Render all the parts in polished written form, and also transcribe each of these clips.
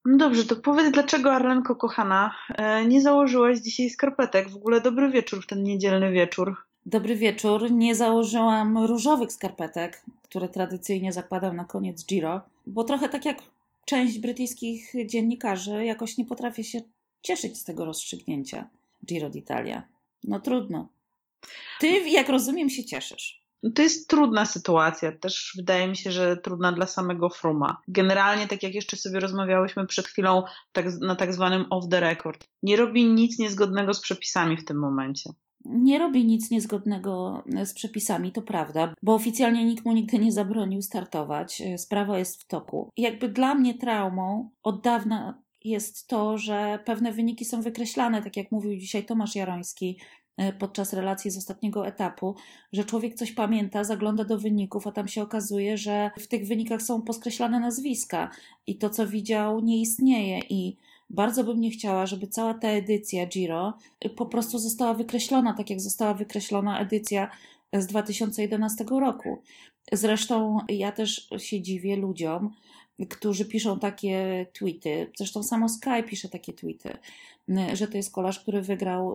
No dobrze, to powiedz, dlaczego Arlenko kochana, nie założyłaś dzisiaj skarpetek? W ogóle dobry wieczór w ten niedzielny wieczór. Dobry wieczór. Nie założyłam różowych skarpetek, które tradycyjnie zakładam na koniec Giro, bo trochę tak jak część brytyjskich dziennikarzy, jakoś nie potrafię się cieszyć z tego rozstrzygnięcia Giro d'Italia. No trudno. Ty, jak rozumiem, się cieszysz. No to jest trudna sytuacja, też wydaje mi się, że trudna dla samego Fruma. Generalnie, tak jak jeszcze sobie rozmawiałyśmy przed chwilą na tak zwanym off the record, nie robi nic niezgodnego z przepisami w tym momencie. Nie robi nic niezgodnego z przepisami, to prawda, bo oficjalnie nikt mu nigdy nie zabronił startować. Sprawa jest w toku. I jakby dla mnie traumą od dawna jest to, że pewne wyniki są wykreślane, tak jak mówił dzisiaj Tomasz Jaroński podczas relacji z ostatniego etapu, że człowiek coś pamięta, zagląda do wyników, a tam się okazuje, że w tych wynikach są poskreślane nazwiska i to, co widział, nie istnieje. I bardzo bym nie chciała, żeby cała ta edycja Giro po prostu została wykreślona, tak jak została wykreślona edycja z 2011 roku. Zresztą ja też się dziwię ludziom, którzy piszą takie tweety, zresztą samo Sky pisze takie tweety, że to jest kolarz, który wygrał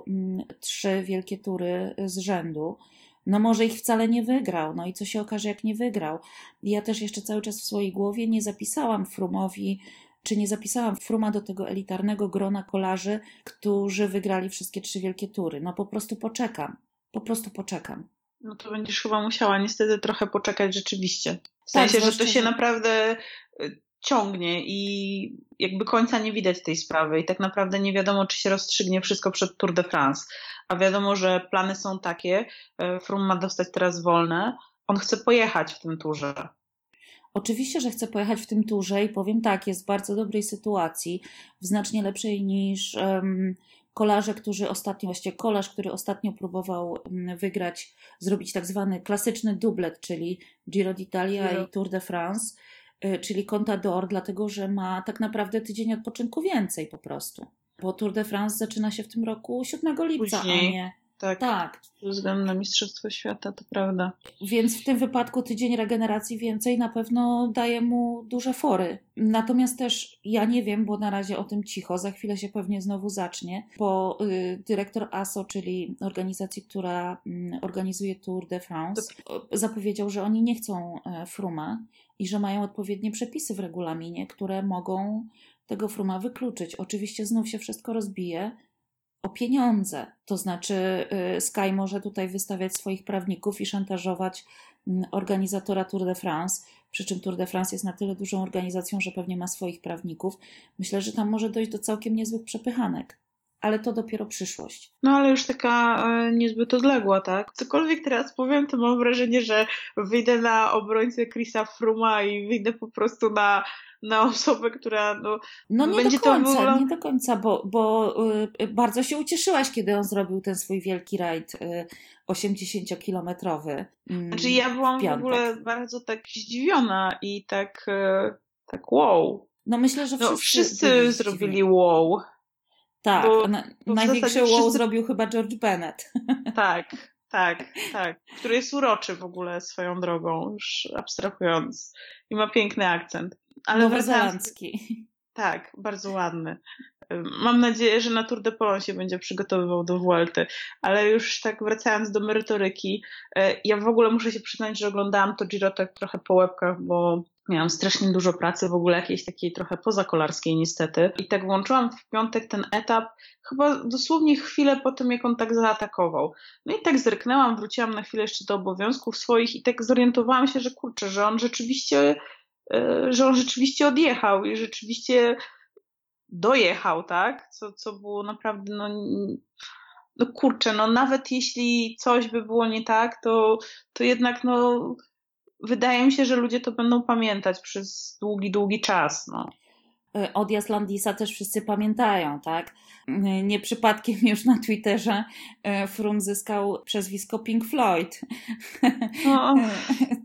3 wielkie tury z rzędu. No może ich wcale nie wygrał, no i co się okaże, jak nie wygrał. Ja też jeszcze cały czas w swojej głowie nie zapisałam Frumowi, czy nie zapisałam Fruma do tego elitarnego grona kolarzy, którzy wygrali wszystkie 3 wielkie tury. No po prostu poczekam. Po prostu poczekam. No to będziesz chyba musiała niestety trochę poczekać rzeczywiście. W Tak, sensie, że to zwłaszcza, się że naprawdę ciągnie i jakby końca nie widać tej sprawy i tak naprawdę nie wiadomo, czy się rozstrzygnie wszystko przed Tour de France. A wiadomo, że plany są takie, Froome ma dostać teraz wolne, on chce pojechać w tym turze. oczywiście, że chcę pojechać w tym turze i powiem tak, jest w bardzo dobrej sytuacji, w znacznie lepszej niż kolarze, którzy ostatnio, właściwie kolarz, który ostatnio próbował wygrać, zrobić tak zwany klasyczny dublet, czyli Giro d'Italia i Tour de France, czyli Contador, dlatego że ma tak naprawdę tydzień odpoczynku więcej po prostu. Bo Tour de France zaczyna się w tym roku 7 lipca, a Później, nie... tak, Tak, ze względu na Mistrzostwo Świata, to prawda. więc w tym wypadku tydzień regeneracji więcej na pewno daje mu duże fory. Natomiast też ja nie wiem, bo na razie o tym cicho, za chwilę się pewnie znowu zacznie, bo dyrektor ASO, czyli organizacji, która organizuje Tour de France, zapowiedział, że oni nie chcą Fruma i że mają odpowiednie przepisy w regulaminie, które mogą tego Fruma wykluczyć. Oczywiście znów się wszystko rozbije o pieniądze. To znaczy Sky może tutaj wystawiać swoich prawników i szantażować organizatora Tour de France, przy czym Tour de France jest na tyle dużą organizacją, że pewnie ma swoich prawników. Myślę, że tam może dojść do całkiem niezłych przepychanek. Ale to dopiero przyszłość. No ale już taka niezbyt odległa, tak? Cokolwiek teraz powiem, to mam wrażenie, że wyjdę na obrońcę Chrisa Frooma i wyjdę po prostu na osobę, która No nie do będzie to końca, wyglądał. nie do końca, bo bardzo się ucieszyłaś, kiedy on zrobił ten swój wielki rajd 80-kilometrowy Znaczy ja w byłam w ogóle piątek. bardzo tak zdziwiona i tak wow. No myślę, że No wszyscy byli wszyscy zdziwieni. zrobili wow, Tak, bo, bo w największy zasadzie wow wszyscy. zrobił chyba George Bennett. Tak, który jest uroczy w ogóle swoją drogą, już abstrahując i ma piękny akcent. Ale wracając, Nowozelandzki. tak, bardzo ładny. Mam nadzieję, że na Tour de Pologne się będzie przygotowywał do Vuelty, ale już tak wracając do merytoryki, ja w ogóle muszę się przyznać, że oglądałam to Giro tak trochę po łebkach, bo miałam strasznie dużo pracy, w ogóle jakiejś takiej trochę pozakolarskiej niestety. I tak włączyłam w piątek ten etap, chyba dosłownie chwilę po tym, jak on tak zaatakował. No i tak zerknęłam, wróciłam na chwilę jeszcze do obowiązków swoich i tak zorientowałam się, że kurczę, że on rzeczywiście odjechał i rzeczywiście dojechał, tak? Co było naprawdę, no kurczę, no nawet jeśli coś by było nie tak, to jednak, wydaje mi się, że ludzie to będą pamiętać przez długi, długi czas, no. Odjazd Landisa też wszyscy pamiętają, tak? Nie przypadkiem już na Twitterze Froome zyskał przezwisko Pink Floyd. No,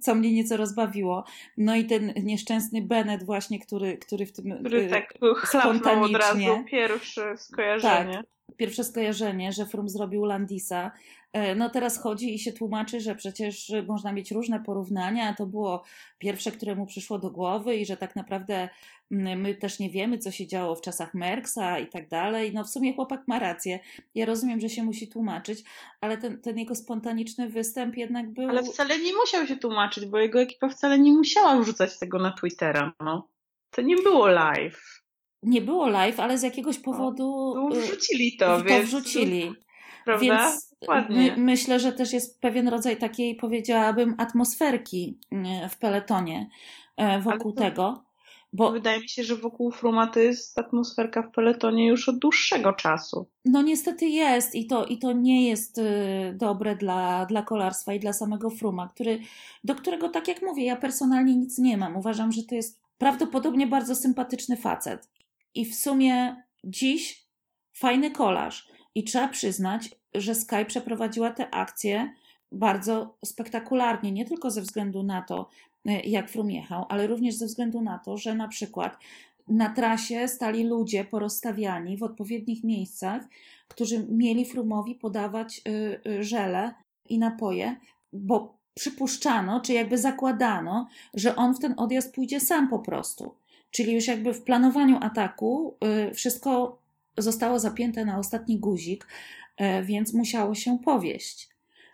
co mnie nieco rozbawiło. No i ten nieszczęsny Bennett właśnie, który w tym Który tak chlapnął od razu, pierwsze skojarzenie. Tak, pierwsze skojarzenie, że Froome zrobił Landisa. No teraz chodzi i się tłumaczy, że przecież można mieć różne porównania, to było pierwsze, które mu przyszło do głowy i że tak naprawdę my też nie wiemy, co się działo w czasach Merckxa i tak dalej. No w sumie chłopak ma rację. Ja rozumiem, że się musi tłumaczyć, ale ten jego spontaniczny występ jednak był... Ale wcale nie musiał się tłumaczyć, bo jego ekipa wcale nie musiała wrzucać tego na Twittera, no. To nie było live. Nie było live, ale z jakiegoś powodu... No, wrzucili to, więc... wrzucili. Prawda? Więc Ładnie. myślę, że też jest pewien rodzaj takiej, powiedziałabym, atmosferki w peletonie wokół tego. Bo wydaje mi się, że wokół Frooma to jest atmosferka w peletonie już od dłuższego czasu. No niestety jest i to nie jest dobre dla kolarstwa i dla samego Frooma, do którego, tak jak mówię, ja personalnie nic nie mam. Uważam, że to jest prawdopodobnie bardzo sympatyczny facet. I w sumie dziś fajny kolarz. I trzeba przyznać, że Sky przeprowadziła tę akcję bardzo spektakularnie, nie tylko ze względu na to, jak Froome jechał, ale również ze względu na to, że na przykład na trasie stali ludzie porozstawiani w odpowiednich miejscach, którzy mieli Froome'owi podawać żele i napoje, bo przypuszczano, czy jakby zakładano, że on w ten odjazd pójdzie sam po prostu. Czyli już jakby w planowaniu ataku wszystko zostało zapięte na ostatni guzik, więc musiało się powieść.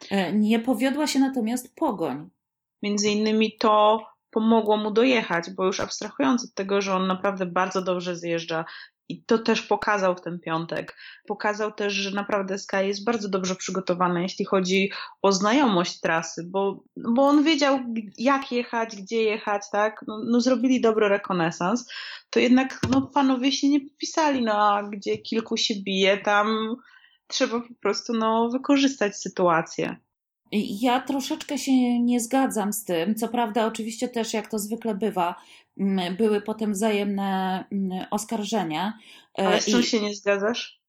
Nie powiodła się natomiast pogoń. Między innymi to pomogło mu dojechać, bo już abstrahując od tego, że on naprawdę bardzo dobrze zjeżdża i to też pokazał w ten piątek. Pokazał też, że naprawdę Sky jest bardzo dobrze przygotowany, jeśli chodzi o znajomość trasy, bo on wiedział, jak jechać, gdzie jechać, tak? No zrobili dobry rekonesans. To jednak panowie się nie popisali, a gdzie kilku się bije, tam trzeba po prostu wykorzystać sytuację. Ja troszeczkę się nie zgadzam z tym. Co prawda, oczywiście też, jak to zwykle bywa, były potem wzajemne oskarżenia. Ale z czym się nie zgadzasz?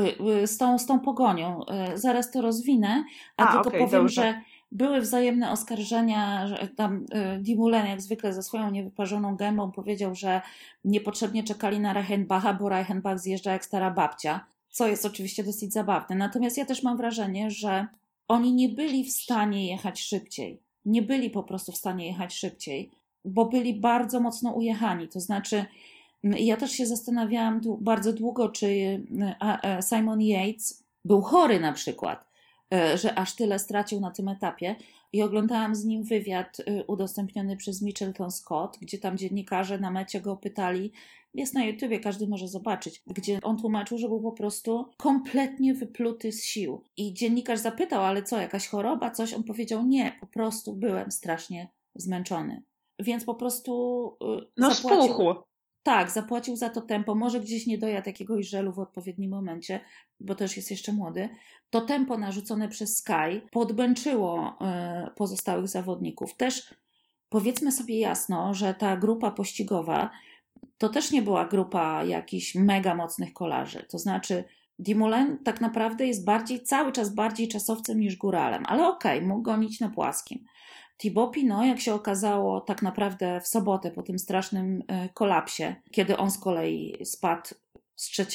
Z tą pogonią. Zaraz to rozwinę, tylko powiem, dobrze. że były wzajemne oskarżenia, że tam Dumoulin jak zwykle ze swoją niewyparzoną gębą powiedział, że niepotrzebnie czekali na Reichenbacha, bo Reichenbach zjeżdża jak stara babcia, co jest oczywiście dosyć zabawne. Natomiast ja też mam wrażenie, że oni nie byli w stanie jechać szybciej. Nie byli po prostu w stanie jechać szybciej, bo byli bardzo mocno ujechani. To znaczy, ja też się zastanawiałam bardzo długo, czy Simon Yates był chory na przykład, że aż tyle stracił na tym etapie. I oglądałam z nim wywiad udostępniony przez Mitchelton Scott, gdzie tam dziennikarze na mecie go pytali, jest na YouTubie, każdy może zobaczyć, gdzie on tłumaczył, że był po prostu kompletnie wypluty z sił. I dziennikarz zapytał, ale co, jakaś choroba, coś? On powiedział, nie, po prostu byłem strasznie zmęczony. Więc po prostu spuchł. Tak, zapłacił za to tempo, może gdzieś nie dojadł jakiegoś żelu w odpowiednim momencie, bo też jest jeszcze młody. To tempo narzucone przez Sky podbęczyło pozostałych zawodników. Też powiedzmy sobie jasno, że ta grupa pościgowa to też nie była grupa jakichś mega mocnych kolarzy. To znaczy Dumoulin tak naprawdę jest cały czas bardziej czasowcem niż góralem, ale okej, mógł gonić na płaskim. Thibaut Pinot, jak się okazało tak naprawdę w sobotę po tym strasznym kolapsie, kiedy on z kolei spadł z 3.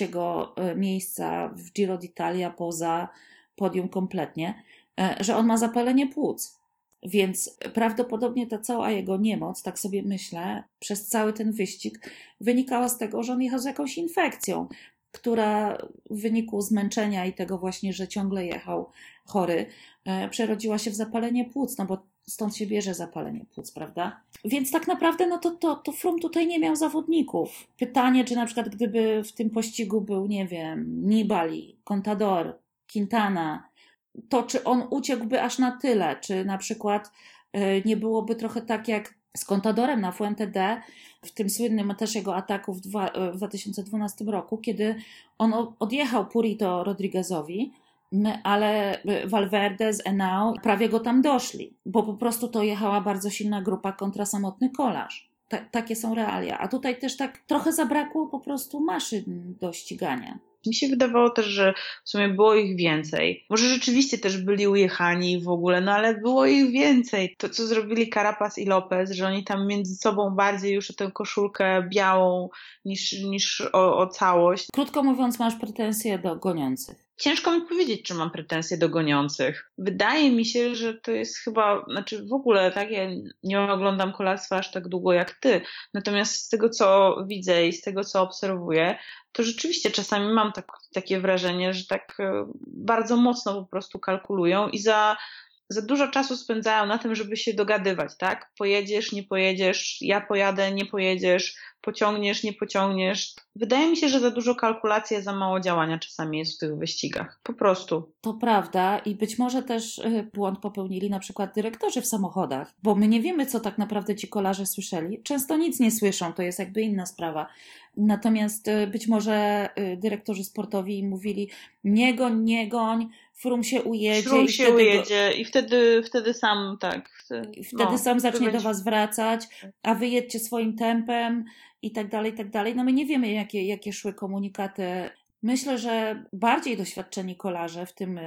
miejsca w Giro d'Italia poza podium kompletnie, że on ma zapalenie płuc. Więc prawdopodobnie ta cała jego niemoc, tak sobie myślę, przez cały ten wyścig wynikała z tego, że on jechał z jakąś infekcją, która w wyniku zmęczenia i tego właśnie, że ciągle jechał chory, przerodziła się w zapalenie płuc, no bo stąd się bierze zapalenie płuc, prawda? Więc tak naprawdę to Froome tutaj nie miał zawodników. Pytanie, czy na przykład gdyby w tym pościgu był, nie wiem, Nibali, Contador, Quintana, to czy on uciekłby aż na tyle, czy na przykład nie byłoby trochę tak jak z Contadorem na Fuente D, w tym słynnym też jego ataku w 2012 roku, kiedy on odjechał Purito Rodriguezowi, ale Valverde z Henao prawie go tam doszli, bo po prostu to jechała bardzo silna grupa kontra samotny kolarz. Takie są realia. A tutaj też tak trochę zabrakło po prostu maszyn do ścigania. Mi się wydawało też, że w sumie było ich więcej. Może rzeczywiście też byli ujechani w ogóle, no ale było ich więcej. To, co zrobili Carapaz i Lopez, że oni tam między sobą bardziej już o tę koszulkę białą niż o całość. Krótko mówiąc, masz pretensje do goniących. Ciężko mi powiedzieć, czy mam pretensje do goniących. Wydaje mi się, że to jest chyba, znaczy w ogóle, tak, ja nie oglądam kolarstwa aż tak długo jak ty. Natomiast z tego, co widzę i z tego, co obserwuję, to rzeczywiście czasami mam takie wrażenie, że tak bardzo mocno po prostu kalkulują i za dużo czasu spędzają na tym, żeby się dogadywać, tak? Pojedziesz, nie pojedziesz, ja pojadę, nie pojedziesz, pociągniesz, nie pociągniesz. Wydaje mi się, że za dużo kalkulacji, a za mało działania czasami jest w tych wyścigach. Po prostu. To prawda i być może też błąd popełnili na przykład dyrektorzy w samochodach, bo my nie wiemy, co tak naprawdę ci kolarze słyszeli. Często nic nie słyszą, to jest jakby inna sprawa. Natomiast być może dyrektorzy sportowi mówili nie goń, Froome się ujedzie. Froome się ujedzie i wtedy sam tak. Wtedy sam zacznie do was wracać, a wy jedźcie swoim tempem i tak dalej, i tak dalej. No my nie wiemy, jakie szły komunikaty. Myślę, że bardziej doświadczeni kolarze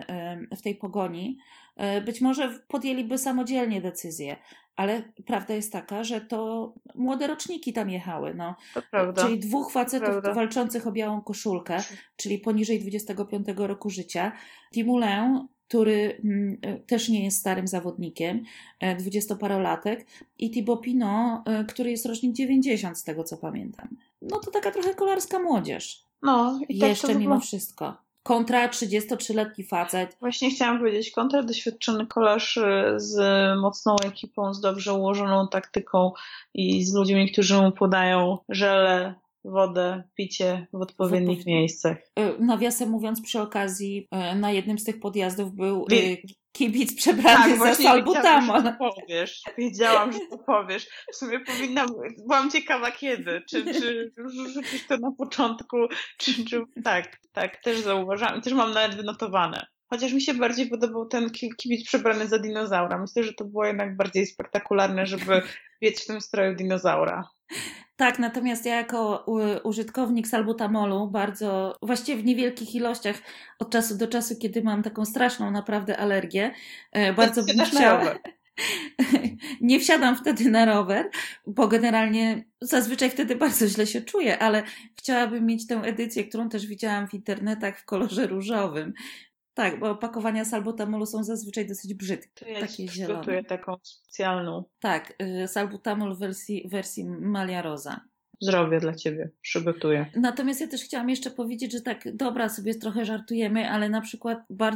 w tej pogoni być może podjęliby samodzielnie decyzję, ale prawda jest taka, że to młode roczniki tam jechały. No. To prawda. Czyli dwóch facetów walczących o białą koszulkę, czyli poniżej 25 roku życia. Dumoulin, który też nie jest starym zawodnikiem, 20-parolatek, i Thibaut Pinot, który jest rocznik 90, z tego co pamiętam. No to taka trochę kolarska młodzież. No, i tak jeszcze mimo wszystko. Kontra 33-letni facet. Właśnie chciałam powiedzieć, kontra doświadczony kolarz z mocną ekipą, z dobrze ułożoną taktyką i z ludźmi, którzy mu podają żele, wodę, picie w odpowiednich miejscach. Nawiasem mówiąc, przy okazji na jednym z tych podjazdów był kibic przebrany za salbutamol. Wiedziałam, że to powiesz. W sumie byłam ciekawa kiedy. Czy rzucisz to na początku, czy tak, też zauważyłam i też mam nawet wynotowane. Chociaż mi się bardziej podobał ten kibic przebrany za dinozaura. Myślę, że to było jednak bardziej spektakularne, żeby biec w tym stroju dinozaura. Tak, natomiast ja jako użytkownik salbutamolu bardzo, właściwie w niewielkich ilościach od czasu do czasu, kiedy mam taką straszną naprawdę alergię, bardzo bym chciała... Nie wsiadam wtedy na rower, bo generalnie zazwyczaj wtedy bardzo źle się czuję, ale chciałabym mieć tę edycję, którą też widziałam w internetach w kolorze różowym. Tak, bo opakowania salbutamolu są zazwyczaj dosyć brzydkie. To ja takie przygotuję taką specjalną. Tak, salbutamol w wersji Malia Rosa. Zrobię dla ciebie, przygotuję. Natomiast ja też chciałam jeszcze powiedzieć, że tak, dobra, sobie trochę żartujemy, ale na przykład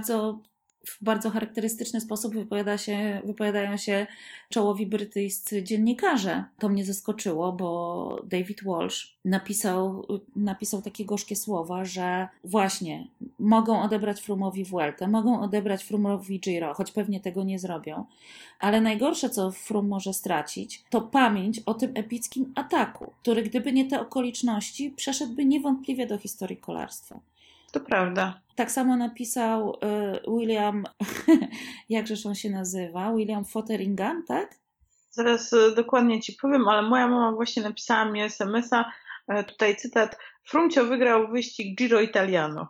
w bardzo charakterystyczny sposób wypowiadają się czołowi brytyjscy dziennikarze. To mnie zaskoczyło, bo David Walsh napisał takie gorzkie słowa, że właśnie mogą odebrać Froome'owi Vueltę, mogą odebrać Froome'owi Giro, choć pewnie tego nie zrobią, ale najgorsze, co Froome może stracić, to pamięć o tym epickim ataku, który gdyby nie te okoliczności, przeszedłby niewątpliwie do historii kolarstwa. To prawda. Tak samo napisał William, jakżeż on się nazywa? William Fotheringham, tak? Zaraz dokładnie ci powiem, ale moja mama właśnie napisała mi SMS-a, tutaj cytat: Frumcio wygrał wyścig Giro Italiano.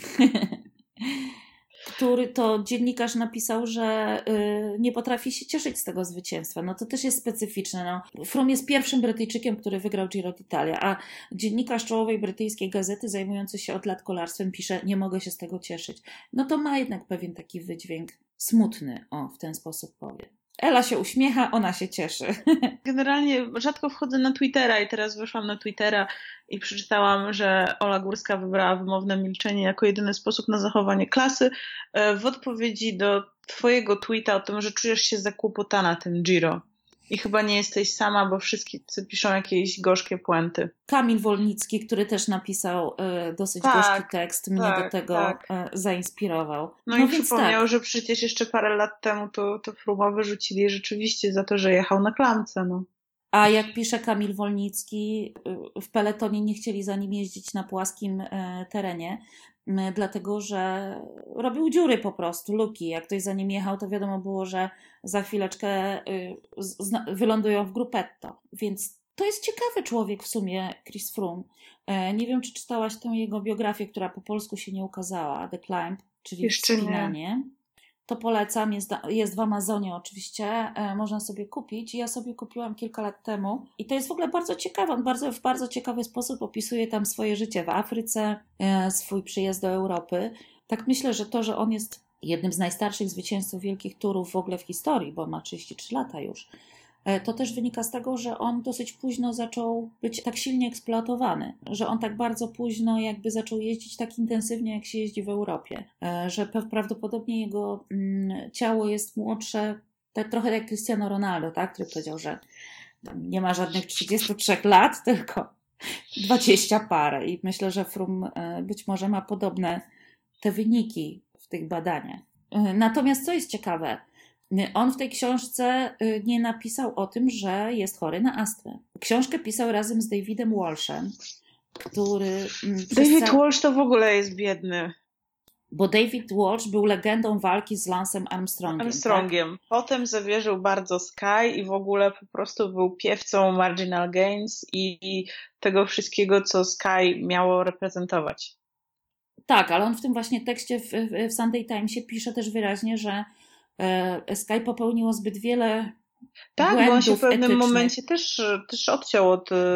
Który to dziennikarz napisał, że nie potrafi się cieszyć z tego zwycięstwa. No to też jest specyficzne. No. Froome jest pierwszym Brytyjczykiem, który wygrał Giro d'Italia, a dziennikarz czołowej brytyjskiej gazety zajmujący się od lat kolarstwem pisze: nie mogę się z tego cieszyć. No to ma jednak pewien taki wydźwięk smutny, w ten sposób powiem. Ela się uśmiecha, ona się cieszy. Generalnie rzadko wchodzę na Twittera i teraz weszłam na Twittera i przeczytałam, że Ola Górska wybrała wymowne milczenie jako jedyny sposób na zachowanie klasy w odpowiedzi do twojego tweeta o tym, że czujesz się zakłopotana tym Giro. I chyba nie jesteś sama, bo wszyscy piszą jakieś gorzkie puenty. Kamil Wolnicki, który też napisał dosyć gorzki tekst, mnie do tego zainspirował. No i przypomniał, że przecież jeszcze parę lat temu to Froome'a wyrzucili rzeczywiście za to, że jechał na klamce. No. A jak pisze Kamil Wolnicki, w peletonie nie chcieli za nim jeździć na płaskim terenie, dlatego że robił dziury po prostu, luki. Jak ktoś za nim jechał, to wiadomo było, że za chwileczkę wylądują w gruppetto. Więc To jest ciekawy człowiek w sumie, Chris Froome. Nie wiem, czy czytałaś tę jego biografię, która po polsku się nie ukazała, The Climb, czyli Jeszcze nie. Wspinanie. To polecam, jest w Amazonie oczywiście, można sobie kupić. Ja sobie kupiłam kilka lat temu i to jest w ogóle bardzo ciekawe. On w bardzo ciekawy sposób opisuje tam swoje życie w Afryce, swój przyjazd do Europy. Tak myślę, że to, że on jest jednym z najstarszych zwycięzców wielkich turów w ogóle w historii, bo ma 33 lata już, to też wynika z tego, że on dosyć późno zaczął być tak silnie eksploatowany, że on tak bardzo późno jakby zaczął jeździć tak intensywnie, jak się jeździ w Europie, że prawdopodobnie jego ciało jest młodsze, tak trochę jak Cristiano Ronaldo, tak, który powiedział, że nie ma żadnych 33 lat, tylko 20 parę i myślę, że Froome być może ma podobne te wyniki w tych badaniach. Natomiast co jest ciekawe, on w tej książce nie napisał o tym, że jest chory na astmę. Książkę pisał razem z Davidem Walshem, który... David Walsh to w ogóle jest biedny. Bo David Walsh był legendą walki z Lance'em Armstrongiem. Tak? Potem zawierzył bardzo Sky i w ogóle po prostu był piewcą Marginal Gains i tego wszystkiego, co Sky miało reprezentować. Tak, ale on w tym właśnie tekście w Sunday Timesie pisze też wyraźnie, że Sky popełniło zbyt wiele błędów bo on się w pewnym etycznych. momencie też odciął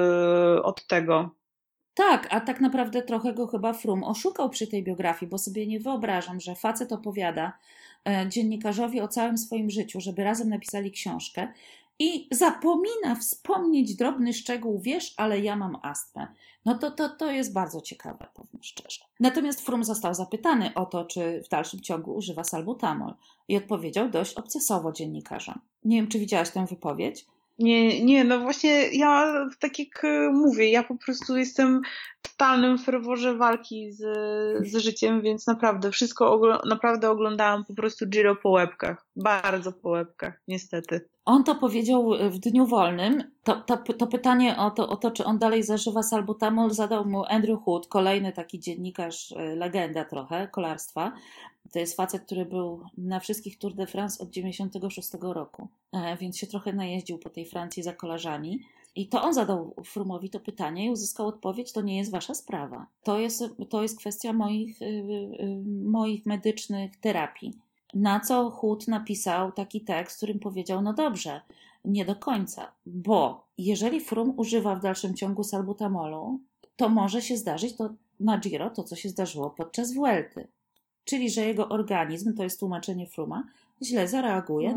od tego. Tak, a tak naprawdę trochę go chyba Froome oszukał przy tej biografii, bo sobie nie wyobrażam, że facet opowiada dziennikarzowi o całym swoim życiu, żeby razem napisali książkę i zapomina wspomnieć drobny szczegół, wiesz, ale ja mam astmę. No to jest bardzo ciekawe, powiem szczerze. Natomiast Froome został zapytany o to, czy w dalszym ciągu używa salbutamol i odpowiedział dość obcesowo dziennikarzom. Nie wiem, czy widziałaś tę wypowiedź? Nie, no właśnie ja, tak jak mówię, ja po prostu jestem w totalnym ferworze walki z życiem, więc naprawdę wszystko naprawdę oglądałam po prostu Giro po łebkach. Bardzo po łebkach, niestety. On to powiedział w dniu wolnym. To pytanie o to, czy on dalej zażywa salbutamol, zadał mu Andrew Hood, kolejny taki dziennikarz, legenda trochę kolarstwa. To jest facet, który był na wszystkich Tour de France od 96 roku, więc się trochę najeździł po tej Francji za kolarzami. I to on zadał Froome'owi to pytanie i uzyskał odpowiedź, to nie jest wasza sprawa. To jest kwestia moich medycznych terapii. Na co Hood napisał taki tekst, w którym powiedział, no dobrze, nie do końca, bo jeżeli Froome używa w dalszym ciągu salbutamolu, to może się zdarzyć na Giro to, co się zdarzyło podczas Vuelty. Czyli, że jego organizm, to jest tłumaczenie Froome'a, źle zareaguje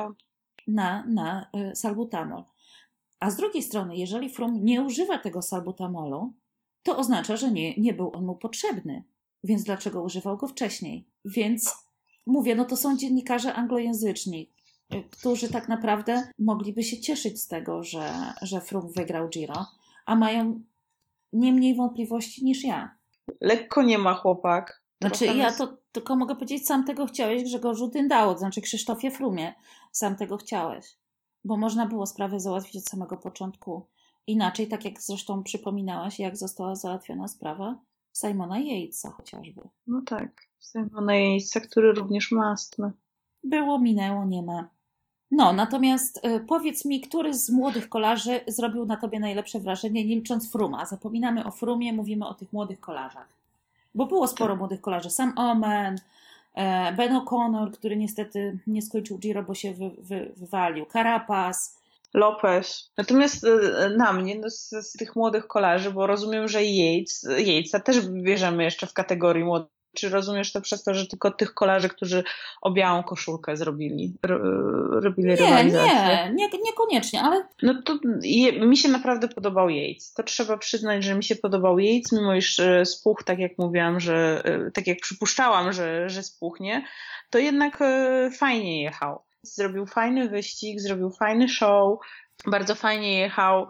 na salbutamol. A z drugiej strony, jeżeli Froome nie używa tego salbutamolu, to oznacza, że nie był on mu potrzebny. Więc dlaczego używał go wcześniej? Więc mówię, no to są dziennikarze anglojęzyczni, którzy tak naprawdę mogliby się cieszyć z tego, że Froome wygrał Giro, a mają nie mniej wątpliwości niż ja. Lekko nie ma chłopak. Znaczy ja to tylko mogę powiedzieć, sam tego chciałeś, Grzegorzu Dyndało, to znaczy Krzysztofie Froomie, sam tego chciałeś. Bo można było sprawę załatwić od samego początku inaczej, tak jak zresztą przypominałaś, jak została załatwiona sprawa Simona Yatesa chociażby. No tak, Simona Yatesa, który również ma astmę. Było, minęło, nie ma. No, natomiast powiedz mi, który z młodych kolarzy zrobił na tobie najlepsze wrażenie, nie licząc Frooma. Zapominamy o Froomie, mówimy o tych młodych kolarzach. Bo było sporo młodych kolarzy. Sam Omen, Ben O'Connor, który niestety nie skończył Giro, bo się wywalił. Carapaz. Lopez. Natomiast na mnie, no z tych młodych kolarzy, bo rozumiem, że Yatesa też bierzemy jeszcze w kategorii młodych. Czy rozumiesz to przez to, że tylko tych kolarzy, którzy o białą koszulkę robili rywalizację? Niekoniecznie, ale... No to mi się naprawdę podobał Yates. To trzeba przyznać, że mi się podobał Yates, mimo iż spuch, tak jak mówiłam, tak jak przypuszczałam, że spuchnie, to jednak fajnie jechał. Zrobił fajny wyścig, zrobił fajny show, bardzo fajnie jechał,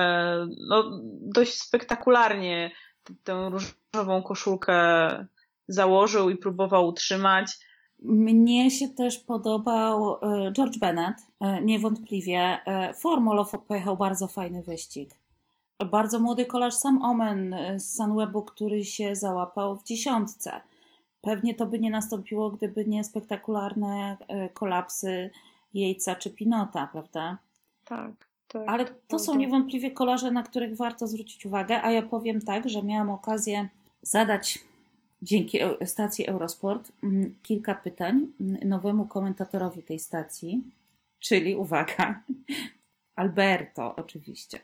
no dość spektakularnie tę różową koszulkę założył i próbował utrzymać. Mnie się też podobał George Bennett, niewątpliwie. Formolow pojechał bardzo fajny wyścig. Bardzo młody kolarz Sam Omen z Sunwebu, który się załapał w 10. Pewnie to by nie nastąpiło, gdyby nie spektakularne kolapsy Yatesa czy Pinota, prawda? Tak. tak. Ale to są niewątpliwie kolarze, na których warto zwrócić uwagę, a ja powiem tak, że miałam okazję zadać dzięki stacji Eurosport kilka pytań nowemu komentatorowi tej stacji, czyli uwaga, Alberto oczywiście.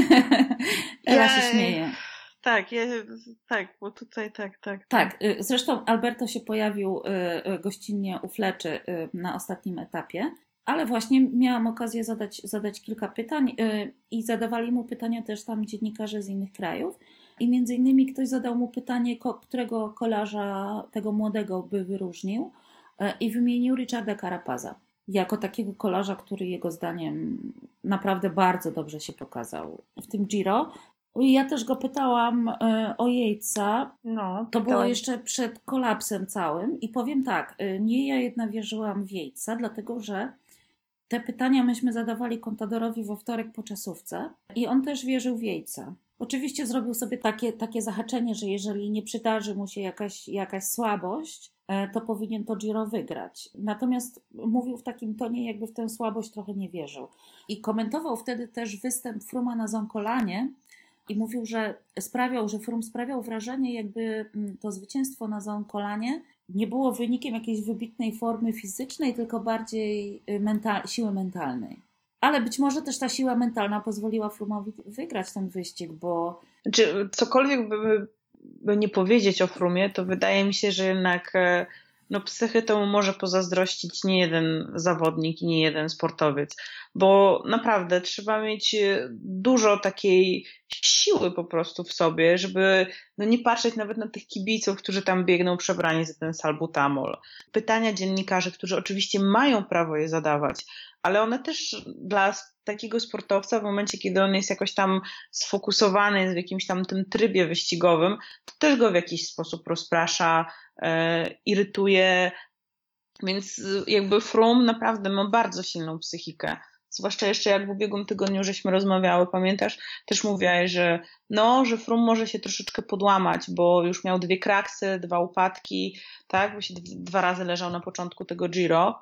Ela się śmieje. Tak, tak, bo tutaj tak. Tak, zresztą Alberto się pojawił gościnnie u Fleczy na ostatnim etapie, ale właśnie miałam okazję zadać kilka pytań i zadawali mu pytania też tam dziennikarze z innych krajów. I między innymi ktoś zadał mu pytanie, którego kolarza tego młodego by wyróżnił i wymienił Richarda Carapaza jako takiego kolarza, który jego zdaniem naprawdę bardzo dobrze się pokazał w tym Giro. Ja też go pytałam o Yatesa, to było jeszcze przed kolapsem całym i powiem tak, nie ja jedna wierzyłam w Yatesa, dlatego że te pytania myśmy zadawali Contadorowi we wtorek po czasówce i on też wierzył w Yatesa. Oczywiście zrobił sobie takie zahaczenie, że jeżeli nie przydarzy mu się jakaś słabość, to powinien to Giro wygrać. Natomiast mówił w takim tonie, jakby w tę słabość trochę nie wierzył. I komentował wtedy też występ Frooma na Zoncolanie i mówił, że Froome sprawiał wrażenie, jakby to zwycięstwo na Zoncolanie nie było wynikiem jakiejś wybitnej formy fizycznej, tylko bardziej siły mentalnej. Ale być może też ta siła mentalna pozwoliła Froome'owi wygrać ten wyścig, bo... Cokolwiek by nie powiedzieć o Froomie, to wydaje mi się, że jednak psychy temu może pozazdrościć nie jeden zawodnik i nie jeden sportowiec, bo naprawdę trzeba mieć dużo takiej siły po prostu w sobie, żeby nie patrzeć nawet na tych kibiców, którzy tam biegną przebrani za ten salbutamol. Pytania dziennikarzy, którzy oczywiście mają prawo je zadawać, ale one też dla takiego sportowca w momencie, kiedy on jest jakoś tam sfokusowany, jest w jakimś tam tym trybie wyścigowym, to też go w jakiś sposób rozprasza, irytuje, więc jakby Froome naprawdę ma bardzo silną psychikę. Zwłaszcza jeszcze jak w ubiegłym tygodniu żeśmy rozmawiały, pamiętasz? Też mówiłaś, że Froome może się troszeczkę podłamać, bo już miał 2 kraksy, 2 upadki, tak? Bo się 2 razy leżał na początku tego Giro.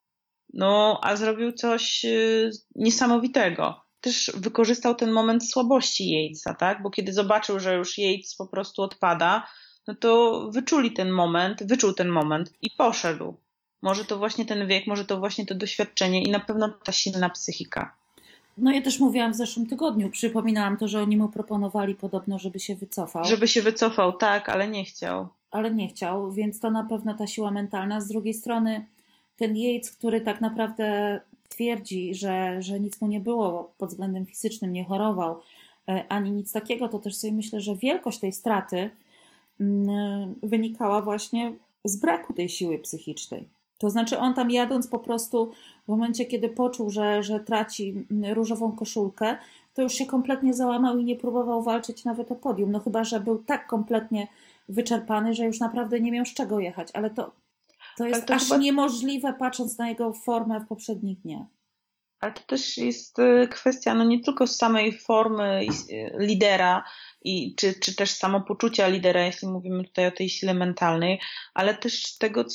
A zrobił coś niesamowitego. Też wykorzystał ten moment słabości Yatesa, tak? Bo kiedy zobaczył, że już Yates po prostu odpada, to wyczuł ten moment i poszedł. Może to właśnie ten wiek, może to właśnie to doświadczenie i na pewno ta silna psychika. Ja też mówiłam w zeszłym tygodniu, przypominałam to, że oni mu proponowali podobno, żeby się wycofał. Żeby się wycofał, tak, ale nie chciał. Więc to na pewno ta siła mentalna. Z drugiej strony ten Yates, który tak naprawdę twierdzi, że nic mu nie było pod względem fizycznym, nie chorował, ani nic takiego, to też sobie myślę, że wielkość tej straty wynikała właśnie z braku tej siły psychicznej. To znaczy on tam jadąc po prostu w momencie, kiedy poczuł, że traci różową koszulkę, to już się kompletnie załamał i nie próbował walczyć nawet o podium. Chyba że był tak kompletnie wyczerpany, że już naprawdę nie miał z czego jechać, ale to jest aż niemożliwe, patrząc na jego formę w poprzednich dniach. Ale to też jest kwestia nie tylko samej formy lidera czy też samopoczucia lidera, jeśli mówimy tutaj o tej sile mentalnej, ale też tego,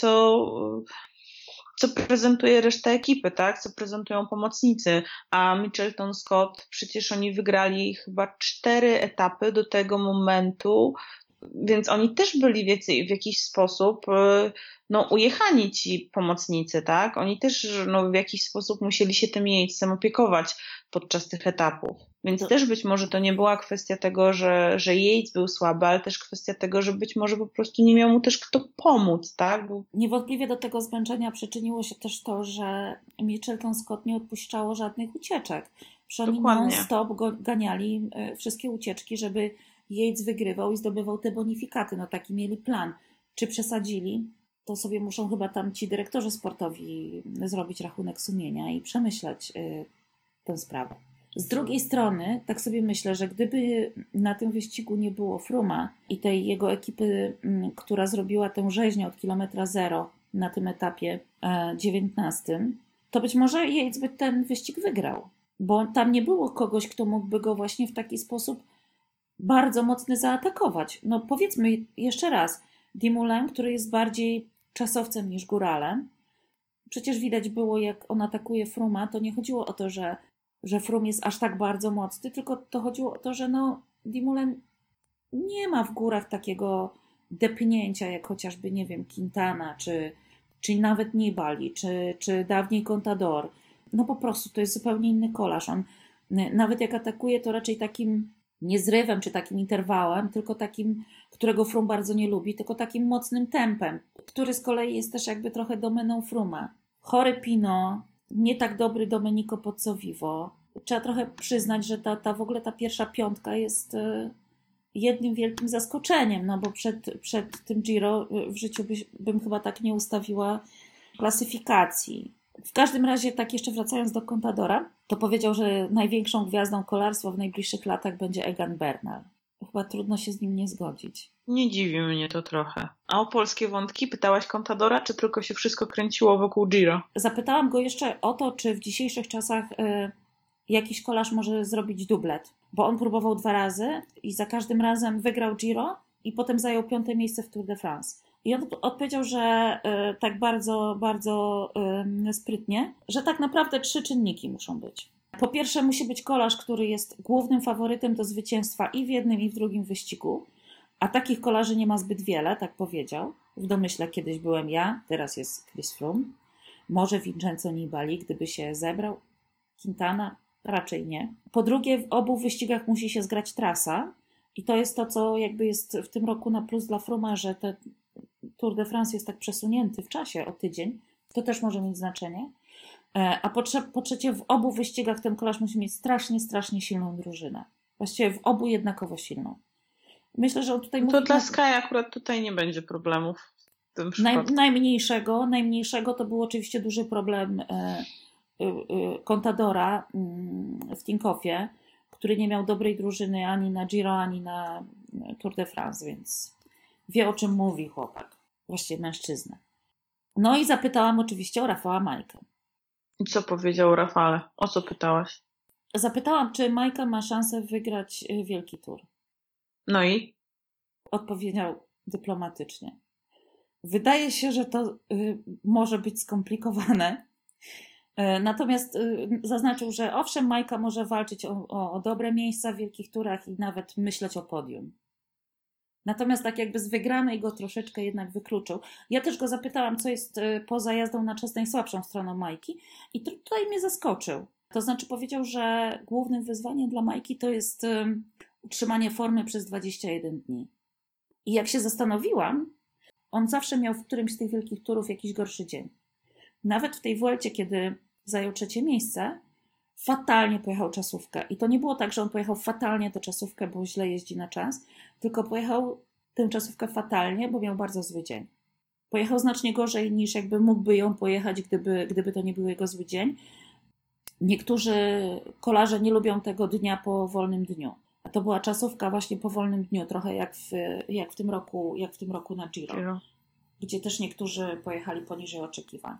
co prezentuje reszta ekipy, tak? Co prezentują pomocnicy. A Mitchelton Scott, przecież oni wygrali chyba 4 etapy do tego momentu, więc oni też byli w jakiś sposób ujechani ci pomocnicy, tak? Oni też w jakiś sposób musieli się tym Yatesem opiekować podczas tych etapów. Więc też być może to nie była kwestia tego, że Yates był słaby, ale też kwestia tego, że być może po prostu nie miał mu też kto pomóc, tak? Niewątpliwie do tego zmęczenia przyczyniło się też to, że Mitchelton Scott nie odpuszczało żadnych ucieczek. Przecież oni non-stop ganiali wszystkie ucieczki, żeby Yates wygrywał i zdobywał te bonifikaty. Taki mieli plan. Czy przesadzili? To sobie muszą chyba tam ci dyrektorzy sportowi zrobić rachunek sumienia i przemyśleć tę sprawę. Z drugiej strony, tak sobie myślę, że gdyby na tym wyścigu nie było Froome'a i tej jego ekipy, która zrobiła tę rzeźnię od kilometra 0 na tym etapie 19, to być może Yates by ten wyścig wygrał, bo tam nie było kogoś, kto mógłby go właśnie w taki sposób bardzo mocny zaatakować. Powiedzmy jeszcze raz, Dumoulin, który jest bardziej czasowcem niż góralem, przecież widać było, jak on atakuje Froome'a, to nie chodziło o to, że że Froome jest aż tak bardzo mocny, tylko to chodziło o to, że no Dumoulin nie ma w górach takiego depnięcia, jak chociażby, nie wiem, Quintana, czy nawet Nibali, czy dawniej Contador. No po prostu to jest zupełnie inny kolarz. On nawet jak atakuje, to raczej takim nie zrywem, czy takim interwałem, tylko takim, którego Froome bardzo nie lubi, tylko takim mocnym tempem, który z kolei jest też jakby trochę domeną Frooma. Chory Pinot, nie tak dobry Domenico Pozzovivo. Trzeba trochę przyznać, że w ogóle ta pierwsza piątka jest jednym wielkim zaskoczeniem, no bo przed tym Giro w życiu bym chyba tak nie ustawiła klasyfikacji. W każdym razie, tak jeszcze wracając do Contadora, to powiedział, że największą gwiazdą kolarstwa w najbliższych latach będzie Egan Bernal. Chyba trudno się z nim nie zgodzić. Nie dziwi mnie to trochę. A o polskie wątki pytałaś Contadora, czy tylko się wszystko kręciło wokół Giro? Zapytałam go jeszcze o to, czy w dzisiejszych czasach jakiś kolarz może zrobić dublet. Bo on próbował 2 razy i za każdym razem wygrał Giro i potem zajął 5. miejsce w Tour de France. I on odpowiedział, że tak bardzo, bardzo sprytnie, że tak naprawdę 3 czynniki muszą być. Po pierwsze musi być kolarz, który jest głównym faworytem do zwycięstwa i w jednym, i w drugim wyścigu, a takich kolarzy nie ma zbyt wiele, tak powiedział. W domyśle kiedyś byłem ja, teraz jest Chris Froome. Może Vincenzo Nibali, gdyby się zebrał. Quintana raczej nie. Po drugie, w obu wyścigach musi się zgrać trasa i to jest to, co jakby jest w tym roku na plus dla Frooma, że ten Tour de France jest tak przesunięty w czasie o tydzień. To też może mieć znaczenie. A po trzecie, w obu wyścigach ten kolarz musi mieć strasznie, strasznie silną drużynę. Właściwie w obu jednakowo silną. Myślę, że on tutaj To dla Sky akurat tutaj nie będzie problemów w tym przypadku. Najmniejszego to był oczywiście duży problem Contadora w Tinkoffie, który nie miał dobrej drużyny ani na Giro, ani na Tour de France, więc wie, o czym mówi chłopak. Właściwie mężczyzna. No i zapytałam oczywiście o Rafała Majkę. I co powiedział Rafale? O co pytałaś? Zapytałam, czy Majka ma szansę wygrać Wielki Tour. No i? Odpowiedział dyplomatycznie. Wydaje się, że to może być skomplikowane. Natomiast zaznaczył, że owszem, Majka może walczyć o dobre miejsca w wielkich turach i nawet myśleć o podium. Natomiast tak jakby z wygranej go troszeczkę jednak wykluczył. Ja też go zapytałam, co jest poza jazdą na czas najsłabszą stroną Majki i tutaj mnie zaskoczył. To znaczy powiedział, że głównym wyzwaniem dla Majki to jest utrzymanie formy przez 21 dni. I jak się zastanowiłam, on zawsze miał w którymś z tych wielkich turów jakiś gorszy dzień. Nawet w tej Vuelcie, kiedy zajął 3. miejsce, fatalnie pojechał czasówkę. I to nie było tak, że on pojechał fatalnie tę czasówkę, bo źle jeździ na czas, tylko pojechał tę czasówkę fatalnie, bo miał bardzo zły dzień. Pojechał znacznie gorzej niż jakby mógłby ją pojechać, gdyby to nie był jego zły dzień. Niektórzy kolarze nie lubią tego dnia po wolnym dniu. A to była czasówka właśnie po wolnym dniu, trochę jak w tym roku na Giro, gdzie też niektórzy pojechali poniżej oczekiwań.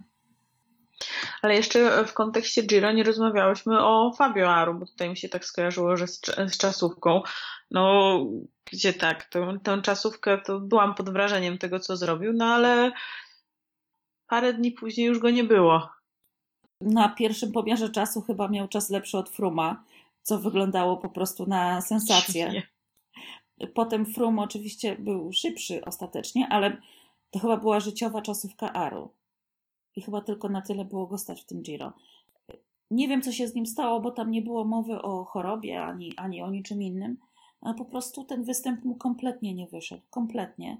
Ale jeszcze w kontekście Giro nie rozmawiałyśmy o Fabio Aru, bo tutaj mi się tak skojarzyło, że z czasówką. No, gdzie tak, tę czasówkę to byłam pod wrażeniem tego, co zrobił, no ale parę dni później już go nie było. Na pierwszym pomiarze czasu chyba miał czas lepszy od Frooma, co wyglądało po prostu na sensację. Nie. Potem Froome oczywiście był szybszy ostatecznie, ale to chyba była życiowa czasówka Aru. I chyba tylko na tyle było go stać w tym Giro. Nie wiem, co się z nim stało, bo tam nie było mowy o chorobie ani o niczym innym, a po prostu ten występ mu kompletnie nie wyszedł. Kompletnie.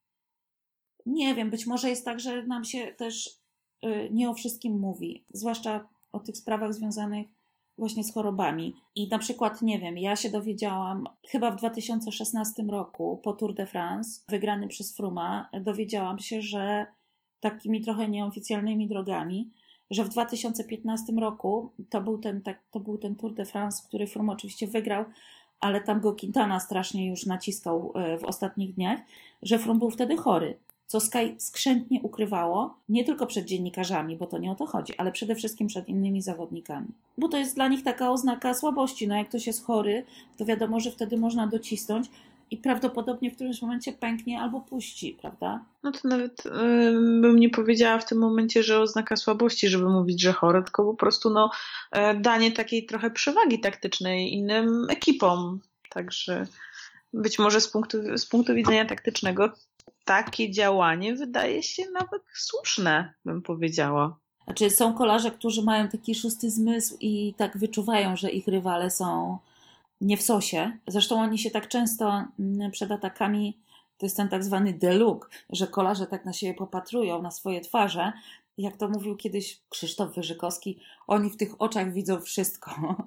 Nie wiem, być może jest tak, że nam się też nie o wszystkim mówi, zwłaszcza o tych sprawach związanych właśnie z chorobami. I na przykład, nie wiem, ja się dowiedziałam, chyba w 2016 roku po Tour de France, wygrany przez Frooma, dowiedziałam się, że takimi trochę nieoficjalnymi drogami, że w 2015 roku to był ten Tour de France, który Froome oczywiście wygrał, ale tam go Quintana strasznie już naciskał w ostatnich dniach, że Froome był wtedy chory, co Sky skrzętnie ukrywało, nie tylko przed dziennikarzami, bo to nie o to chodzi, ale przede wszystkim przed innymi zawodnikami. Bo to jest dla nich taka oznaka słabości. No jak ktoś jest chory, to wiadomo, że wtedy można docisnąć, i prawdopodobnie w którymś momencie pęknie albo puści, prawda? No to nawet bym nie powiedziała w tym momencie, że oznaka słabości, żeby mówić, że chory, tylko po prostu danie takiej trochę przewagi taktycznej innym ekipom. Także być może z punktu widzenia taktycznego takie działanie wydaje się nawet słuszne, bym powiedziała. Znaczy są kolarze, którzy mają taki szósty zmysł i tak wyczuwają, że ich rywale są nie w sosie. Zresztą oni się tak często przed atakami, to jest ten tak zwany delook, że kolarze tak na siebie popatrują, na swoje twarze. Jak to mówił kiedyś Krzysztof Wyżykowski, oni w tych oczach widzą wszystko.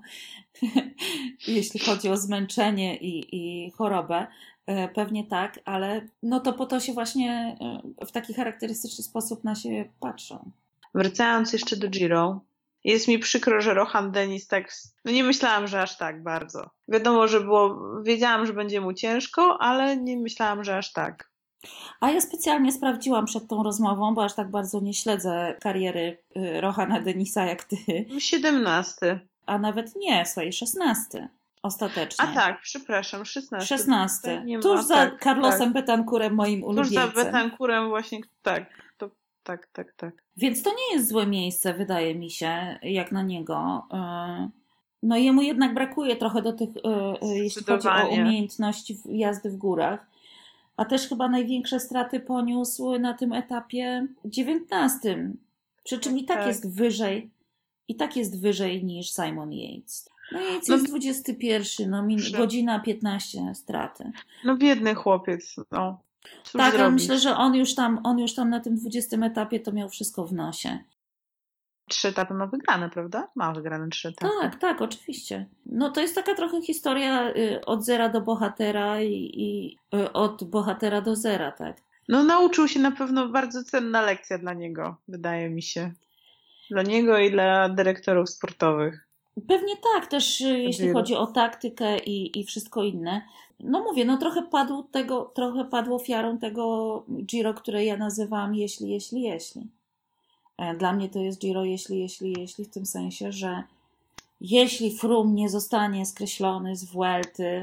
Jeśli chodzi o zmęczenie i chorobę. Pewnie tak, ale no to po to się właśnie w taki charakterystyczny sposób na siebie patrzą. Wracając jeszcze do Giro, jest mi przykro, że Rohan Dennis tak... No nie myślałam, że aż tak bardzo. Wiadomo, że wiedziałam, że będzie mu ciężko, ale nie myślałam, że aż tak. A ja specjalnie sprawdziłam przed tą rozmową, bo aż tak bardzo nie śledzę kariery Rohana Dennisa jak ty. 17. A nawet nie, swoje 16. Ostatecznie. A tak, przepraszam, 16. 16. Nie Tuż ma, za tak, Carlosem Betancourem, moim ulubieńcem. Tuż za Betancourem właśnie, tak. Tak. Więc to nie jest złe miejsce, wydaje mi się, jak na niego. No jemu jednak brakuje trochę do tych, jeśli chodzi o umiejętności jazdy w górach. A też chyba największe straty poniósł na tym etapie 19. Przy czym i tak jest wyżej niż Simon Yates. No Yates jest 21, godzina 15 straty. No biedny chłopiec, no. Cóż tak, zrobić? ale myślę, że on już tam na tym 20 etapie to miał wszystko w nosie. 3 etapy ma wygrane, prawda? Ma wygrane 3 etapy. Tak, oczywiście. No to jest taka trochę historia od zera do bohatera i od bohatera do zera, tak. No nauczył się na pewno, bardzo cenna lekcja dla niego, wydaje mi się. Dla niego i dla dyrektorów sportowych. Pewnie tak, też jeśli chodzi o taktykę i wszystko inne. No mówię, no trochę padł ofiarą tego Giro, które ja nazywam jeśli. Dla mnie to jest Giro jeśli w tym sensie, że jeśli Froome nie zostanie skreślony z Vuelty,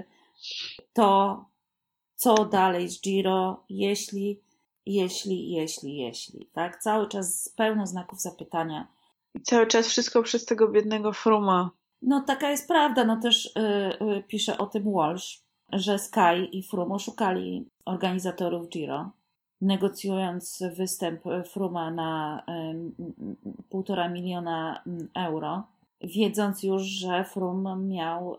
to co dalej z Giro, jeśli, tak? Cały czas pełno znaków zapytania. I cały czas wszystko przez tego biednego Frooma. No taka jest prawda, no też pisze o tym Walsh, że Sky i Froome oszukali organizatorów Giro, negocjując występ Frooma na 1,5 miliona euro, wiedząc już, że Froome miał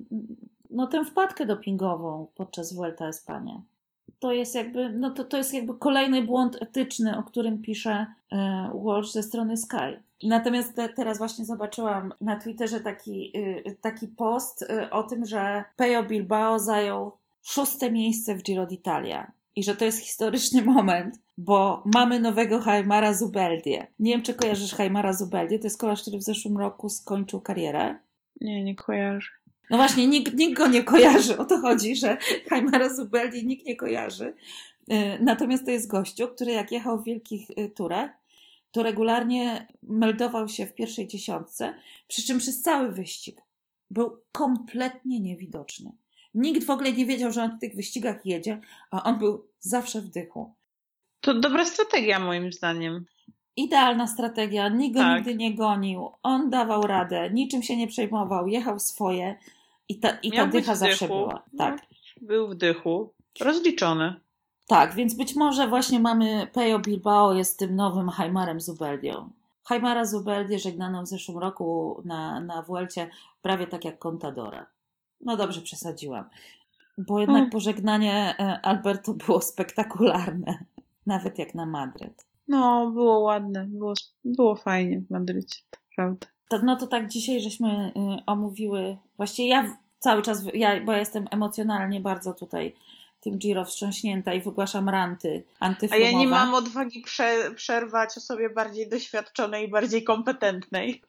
tę wpadkę dopingową podczas Vuelta a España. To jest jakby, to jest jakby kolejny błąd etyczny, o którym pisze Walsh ze strony Sky. Natomiast teraz właśnie zobaczyłam na Twitterze taki post o tym, że Pello Bilbao zajął 6. miejsce w Giro d'Italia i że to jest historyczny moment, bo mamy nowego Jaimara Zubeldię. Nie wiem, czy kojarzysz Jaimara Zubeldię, to jest kolarz, który w zeszłym roku skończył karierę. Nie kojarzę. No właśnie, nikt go nie kojarzy. O to chodzi, że Jaimara Zubeldi nikt nie kojarzy. Natomiast to jest gościu, który jak jechał w wielkich turach, to regularnie meldował się w pierwszej 10, przy czym przez cały wyścig był kompletnie niewidoczny. Nikt w ogóle nie wiedział, że on w tych wyścigach jedzie, a on był zawsze w dychu. To dobra strategia moim zdaniem. Idealna strategia, nikt go nigdy nie gonił, on dawał radę, niczym się nie przejmował, jechał swoje i ta dycha zawsze była. Tak. Był w dychu, rozliczony. Tak, więc być może właśnie mamy Pello Bilbao jest tym nowym Jaimarem Zubeldią. Jaimara Zubeldię żegnano w zeszłym roku na Vuelcie prawie tak jak Contadora. No dobrze przesadziłam, bo jednak pożegnanie Alberto było spektakularne, nawet jak na Madryt. No, było ładne, było fajnie w Madrycie, to prawda. No to tak dzisiaj żeśmy omówiły, właściwie ja cały czas, bo ja jestem emocjonalnie bardzo tutaj tym Giro wstrząśnięta i wygłaszam ranty antyfrumowe. A ja nie mam odwagi przerwać osobie bardziej doświadczonej i bardziej kompetentnej.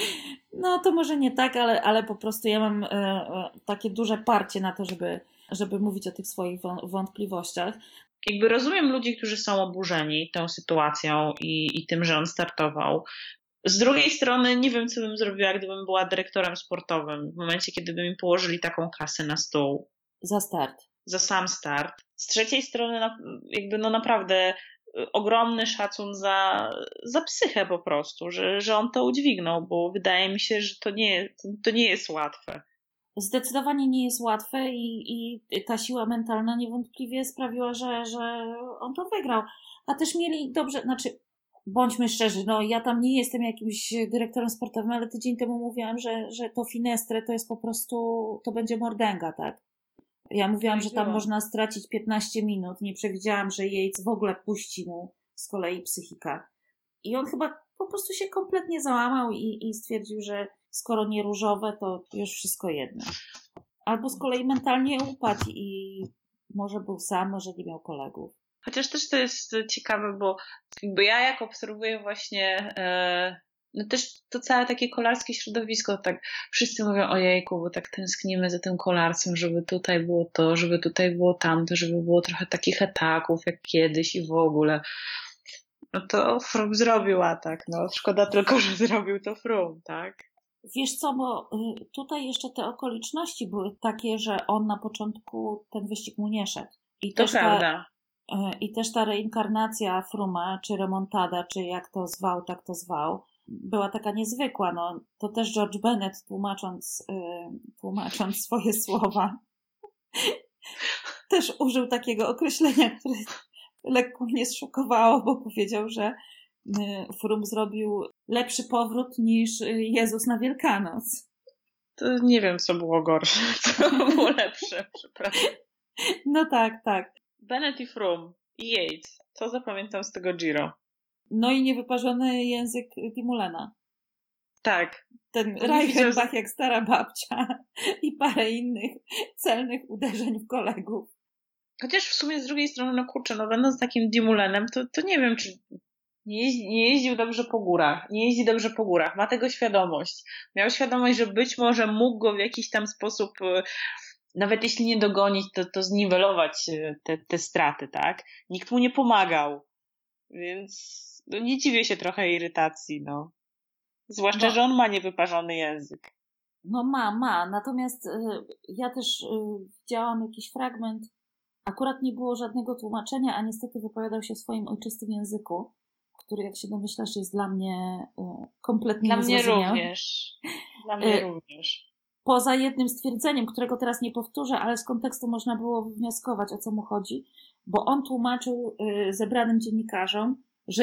No to może nie tak, ale po prostu ja mam takie duże parcie na to, żeby mówić o tych swoich wątpliwościach. Jakby rozumiem ludzi, którzy są oburzeni tą sytuacją i tym, że on startował. Z drugiej strony nie wiem, co bym zrobiła, gdybym była dyrektorem sportowym w momencie, kiedy by mi położyli taką kasę na stół. Za start. za sam start. Z trzeciej strony jakby naprawdę ogromny szacun za psychę po prostu, że on to udźwignął, bo wydaje mi się, że to nie jest łatwe. Zdecydowanie nie jest łatwe i ta siła mentalna niewątpliwie sprawiła, że on to wygrał. A też mieli dobrze, znaczy bądźmy szczerzy, no ja tam nie jestem jakimś dyrektorem sportowym, ale tydzień temu mówiłam, że to Finestre to jest po prostu, to będzie mordęga, tak? Ja mówiłam, że tam można stracić 15 minut. Nie przewidziałam, że Yates w ogóle puści mu z kolei psychika. I on chyba po prostu się kompletnie załamał i stwierdził, że skoro nie różowe, to już wszystko jedno. Albo z kolei mentalnie upadł i może był sam, może nie miał kolegów. Chociaż też to jest ciekawe, bo jakby ja jak obserwuję właśnie no też to całe takie kolarskie środowisko, tak wszyscy mówią ojejku, bo tak tęsknimy za tym kolarstwem, żeby tutaj było to, żeby tutaj było tamto, żeby było trochę takich etaków jak kiedyś i w ogóle. No to Froome zrobił atak, no szkoda tylko, że zrobił to Froome, tak? Wiesz co, bo tutaj jeszcze te okoliczności były takie, że on na początku ten wyścig mu nie szedł. I to prawda. I też ta reinkarnacja Froome'a, czy remontada, czy jak to zwał, tak to zwał, była taka niezwykła. No, to też George Bennett, tłumacząc swoje słowa, też użył takiego określenia, które lekko mnie zszokowało, bo powiedział, że Froome zrobił lepszy powrót niż Jezus na Wielkanoc. To nie wiem, co było gorsze, co było lepsze, przepraszam. No tak. Bennett i Froome i Yates. Co zapamiętam z tego Giro? No i niewyparzony język Timulena. Tak. Ten Reichenbach jak stara babcia i parę innych celnych uderzeń w kolegów. Chociaż w sumie z drugiej strony, no kurczę, no będąc takim Dimulenem, to nie wiem, czy nie jeździł dobrze po górach. Nie jeździ dobrze po górach. Ma tego świadomość. Miał świadomość, że być może mógł go w jakiś tam sposób, nawet jeśli nie dogonić, to zniwelować te straty, tak? Nikt mu nie pomagał. Więc no, nie dziwię się trochę irytacji, no. Zwłaszcza, że on ma niewyparzony język. No ma. Natomiast ja też widziałam jakiś fragment. Akurat nie było żadnego tłumaczenia, a niestety wypowiadał się w swoim ojczystym języku, który, jak się domyślasz, jest dla mnie kompletnie niezrozumiały. Dla mnie również. Poza jednym stwierdzeniem, którego teraz nie powtórzę, ale z kontekstu można było wnioskować, o co mu chodzi, bo on tłumaczył zebranym dziennikarzom, że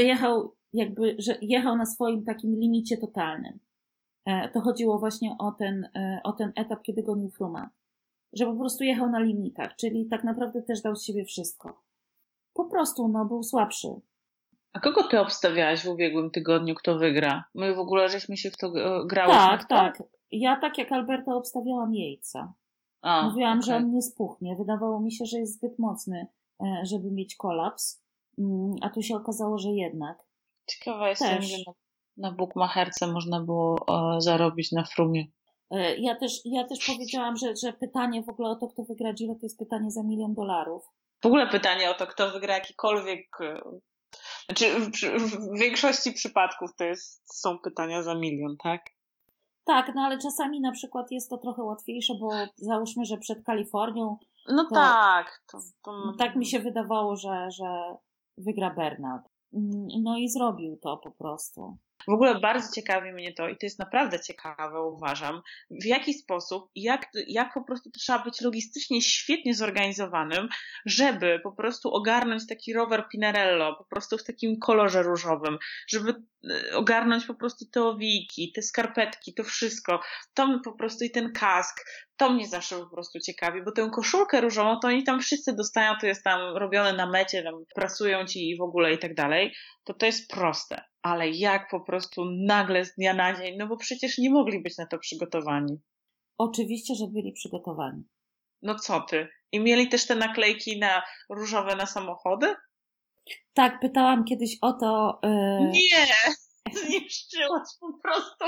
jechał na swoim takim limicie totalnym. To chodziło właśnie o ten etap, kiedy gonił Froome'a. Że po prostu jechał na limitach, czyli tak naprawdę też dał z siebie wszystko. Po prostu, był słabszy. A kogo ty obstawiałaś w ubiegłym tygodniu, kto wygra? My w ogóle żeśmy się w to grały. Tak. Ja tak jak Alberta obstawiałam Yatesa. Mówiłam, że on nie spuchnie. Wydawało mi się, że jest zbyt mocny, żeby mieć kolaps. A tu się okazało, że jednak. Ciekawa jestem, że na bukmacherce można było zarobić na Froomie. Ja też powiedziałam, że pytanie w ogóle o to, kto wygra Giro, to jest pytanie za $1 milion. W ogóle pytanie o to, kto wygra jakikolwiek... Znaczy w większości przypadków są pytania za 1 milion, tak? Tak, no ale czasami na przykład jest to trochę łatwiejsze, bo załóżmy, że przed Kalifornią... No tak. Tak mi się wydawało, że wygra Bernal. No i zrobił to po prostu. W ogóle bardzo ciekawi mnie to i to jest naprawdę ciekawe, uważam, w jaki sposób i jak po prostu to trzeba być logistycznie świetnie zorganizowanym, żeby po prostu ogarnąć taki rower Pinarello, po prostu w takim kolorze różowym, żeby ogarnąć po prostu te owiki, te skarpetki, to wszystko, to po prostu i ten kask, to mnie zawsze po prostu ciekawi, bo tę koszulkę różową to oni tam wszyscy dostają, to jest tam robione na mecie, tam prasują ci i w ogóle i tak dalej, to jest proste. Ale jak po prostu nagle z dnia na dzień, no bo przecież nie mogli być na to przygotowani. Oczywiście, że byli przygotowani. No co ty? I mieli też te naklejki różowe na samochody? Tak, pytałam kiedyś o to... Nie! Zniszczyłaś po prostu.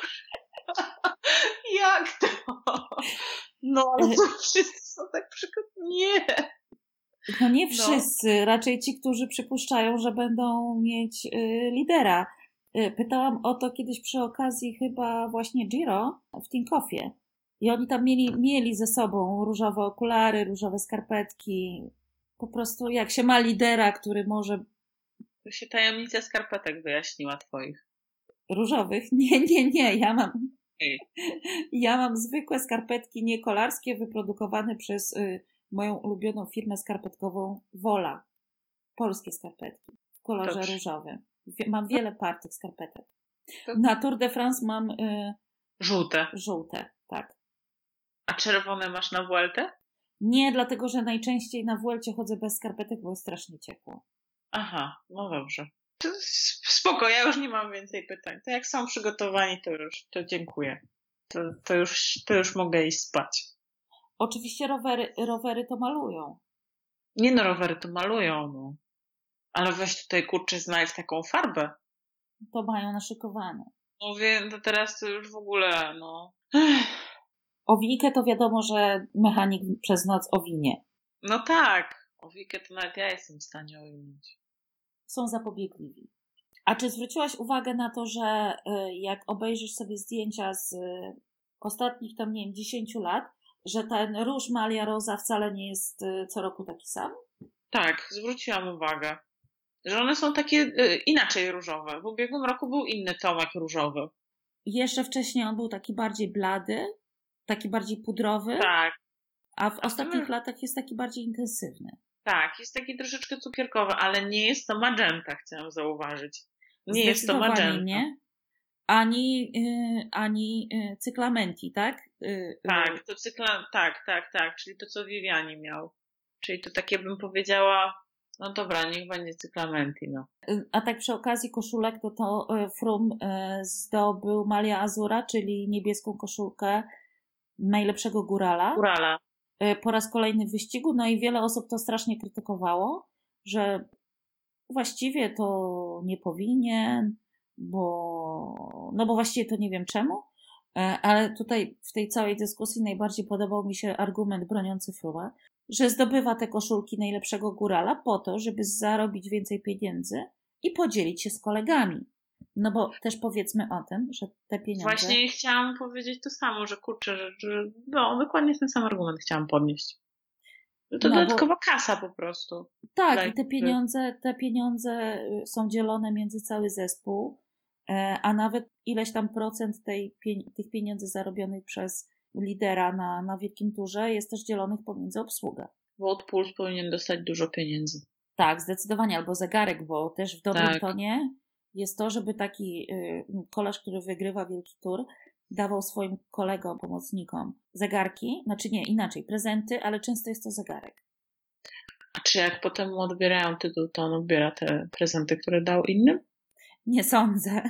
Jak to? No ale to wszyscy są tak przygotowani. Nie! No nie wszyscy, raczej ci, którzy przypuszczają, że będą mieć lidera. Pytałam o to kiedyś przy okazji chyba właśnie Giro w Tinkoffie. I oni tam mieli ze sobą różowe okulary, różowe skarpetki. Po prostu jak się ma lidera, który może... To się tajemnica skarpetek wyjaśniła twoich. Różowych? Nie. Ej. Ja mam zwykłe skarpetki niekolarskie, wyprodukowane przez moją ulubioną firmę skarpetkową Wola. Polskie skarpetki w kolorze różowym. Mam wiele par tych skarpetek. Na Tour de France mam żółte, tak. A czerwone masz na Vueltę? Nie, dlatego że najczęściej na Vuelcie chodzę bez skarpetek, bo jest strasznie ciepło. Aha, no dobrze. To spoko, ja już nie mam więcej pytań. To jak są przygotowani, to dziękuję. To już mogę iść spać. Oczywiście rowery to malują. Nie no, rowery to malują, no. Ale weź tutaj, kurczę, znajdź taką farbę. To mają naszykowane. No wiem, to teraz to już w ogóle, no. Owinkę to wiadomo, że mechanik przez noc owinie. No tak, owikę to nawet ja jestem w stanie owinąć. Są zapobiegliwi. A czy zwróciłaś uwagę na to, że jak obejrzysz sobie zdjęcia z ostatnich tam, nie wiem, 10 lat, że ten róż Malia Rosa wcale nie jest co roku taki sam? Tak, zwróciłam uwagę, że one są takie inaczej różowe. W ubiegłym roku był inny Tomek różowy. Jeszcze wcześniej on był taki bardziej blady, taki bardziej pudrowy. Tak. A w ostatnich latach jest taki bardziej intensywny. Tak, jest taki troszeczkę cukierkowy, ale nie jest to magenta, chciałam zauważyć. Nie jest to magenta. Nie. Ani cyklamenti, tak? Tak, to tak, czyli to, co Viviani miał. Czyli to takie bym powiedziała, no dobra, niech będzie cyklamenti, no. A tak przy okazji koszulek, to Froome zdobył Malia Azura, czyli niebieską koszulkę najlepszego górala. Po raz kolejny w wyścigu, no i wiele osób to strasznie krytykowało, że właściwie to nie powinien, bo właściwie to nie wiem czemu, ale tutaj w tej całej dyskusji najbardziej podobał mi się argument broniący Froome'a, że zdobywa te koszulki najlepszego górala po to, żeby zarobić więcej pieniędzy i podzielić się z kolegami. No bo też powiedzmy o tym, że te pieniądze... Właśnie chciałam powiedzieć to samo, że kurczę, że no, dokładnie ten sam argument chciałam podnieść. To dodatkowa kasa po prostu. Tak, i te pieniądze są dzielone między cały zespół, a nawet ileś tam procent tych pieniędzy zarobionych przez lidera na Wielkim Turze jest też dzielonych pomiędzy obsługę. Wout Poels powinien dostać dużo pieniędzy. Tak, zdecydowanie, albo zegarek, bo też w dobrym tonie jest to, żeby taki kolarz, który wygrywa Wielki Tour, dawał swoim kolegom, pomocnikom zegarki, znaczy nie, inaczej, prezenty, ale często jest to zegarek. A czy jak potem mu odbierają tytuł, to on odbiera te prezenty, które dał innym? Nie sądzę.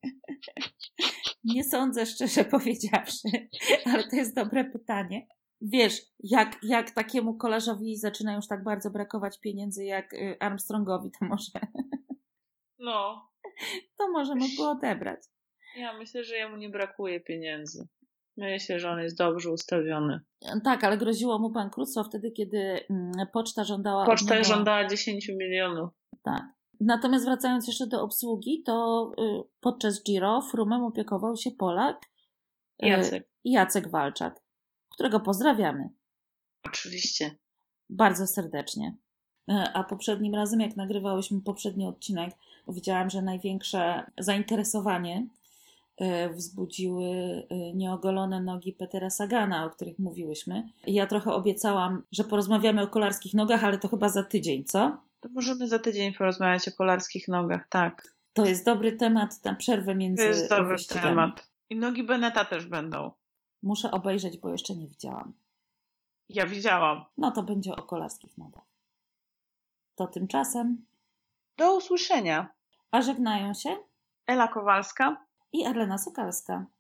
Nie sądzę, szczerze powiedziawszy, ale to jest dobre pytanie. Wiesz, jak takiemu kolarzowi zaczyna już tak bardzo brakować pieniędzy jak Armstrongowi, to może... No. To może mógł go odebrać. Ja myślę, że jemu nie brakuje pieniędzy. Myślę, że on jest dobrze ustawiony. Tak, ale groziło mu bankructwo wtedy, kiedy poczta żądała... Poczta żądała 10 milionów. Tak. Natomiast wracając jeszcze do obsługi, to podczas Giro Froome'em opiekował się Polak Jacek Walczak, którego pozdrawiamy. Oczywiście. Bardzo serdecznie. A poprzednim razem, jak nagrywałyśmy poprzedni odcinek, widziałam, że największe zainteresowanie wzbudziły nieogolone nogi Petera Sagana, o których mówiłyśmy. Ja trochę obiecałam, że porozmawiamy o kolarskich nogach, ale to chyba za tydzień, co? To możemy za tydzień porozmawiać o kolarskich nogach, tak. To jest dobry temat na przerwę między wyścigami. To jest dobry temat. I nogi Beneta też będą. Muszę obejrzeć, bo jeszcze nie widziałam. Ja widziałam. No to będzie o kolarskich nogach. To tymczasem... Do usłyszenia. A żegnają się Ela Kowalska i Arlena Sokalska.